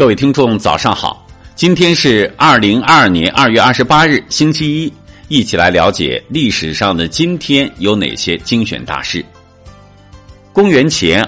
各位听众早上好，今天是2022年2月28日星期一，一起来了解历史上的今天有哪些精选大事。公元前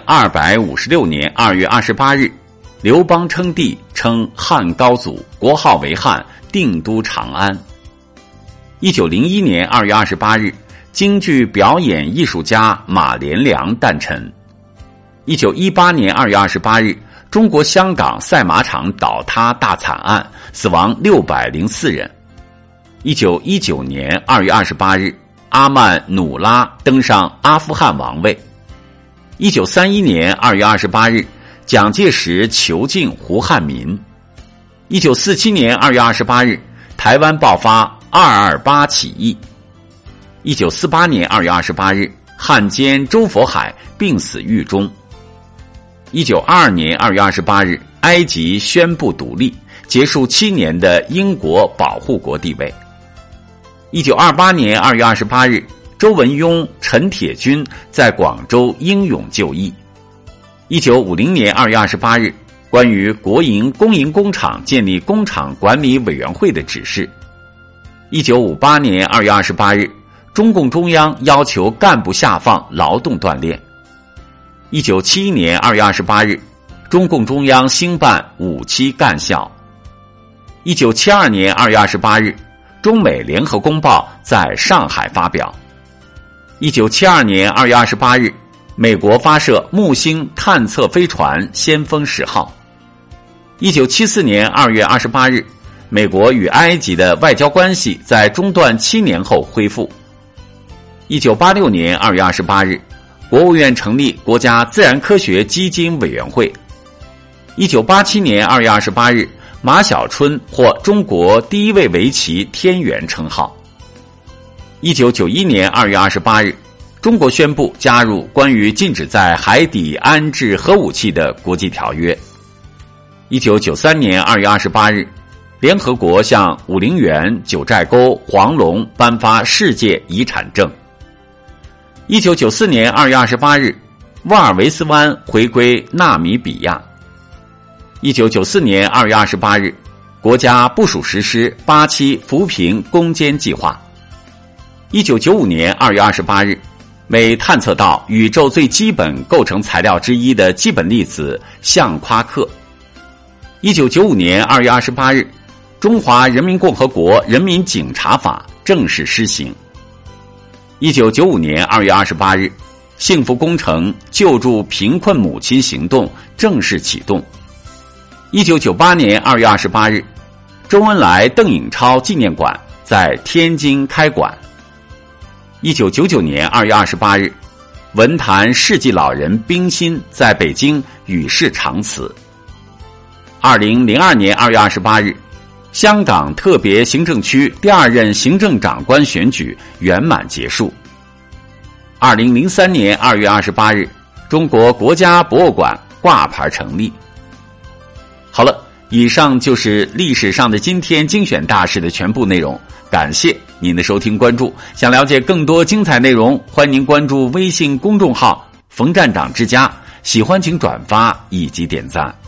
256年2月28日，刘邦称帝，称汉高祖，国号为汉，定都长安。1901年2月28日，京剧表演艺术家马连良诞辰。1918年2月28日，中国香港赛马场倒塌大惨案，死亡604人。1919年2月28日，阿曼努拉登上阿富汗王位。1931年2月28日，蒋介石囚禁胡汉民。1947年2月28日，台湾爆发228起义。1948年2月28日，汉奸周佛海病死狱中。1922年2月28日，埃及宣布独立，结束7年的英国保护国地位。1928年2月28日，周文雍、陈铁军在广州英勇就义。1950年2月28日，关于国营公营工厂建立工厂管理委员会的指示。1958年2月28日，中共中央要求干部下放劳动锻炼。1971年2月28日，中共中央兴办5期干校。1972年2月28日，中美联合公报在上海发表。1972年2月28日，美国发射木星探测飞船先锋10号。1974年2月28日，美国与埃及的外交关系在中断7年后恢复。1986年2月28日，国务院成立国家自然科学基金委员会。1987年2月28日，马晓春获中国第一位围棋天元称号。1991年2月28日，中国宣布加入关于禁止在海底安置核武器的国际条约。1993年2月28日，联合国向武陵源、九寨沟、黄龙颁发世界遗产证。1994年2月28日，沃尔维斯湾回归纳米比亚。1994年2月28日，国家部署实施8期扶贫攻坚计划。1995年2月28日，美探测到宇宙最基本构成材料之一的基本粒子相夸克。1995年2月28日，中华人民共和国人民警察法正式施行。1995年2月28日，幸福工程救助贫困母亲行动正式启动。1998年2月28日，周恩来邓颖超纪念馆在天津开馆。1999年2月28日，文坛世纪老人冰心在北京与世长辞。2002年2月28日，香港特别行政区第2任行政长官选举圆满结束。2003年2月28日，中国国家博物馆挂牌成立。好了，以上就是历史上的今天精选大事的全部内容，感谢您的收听关注。想了解更多精彩内容，欢迎您关注微信公众号冯站长之家，喜欢请转发以及点赞。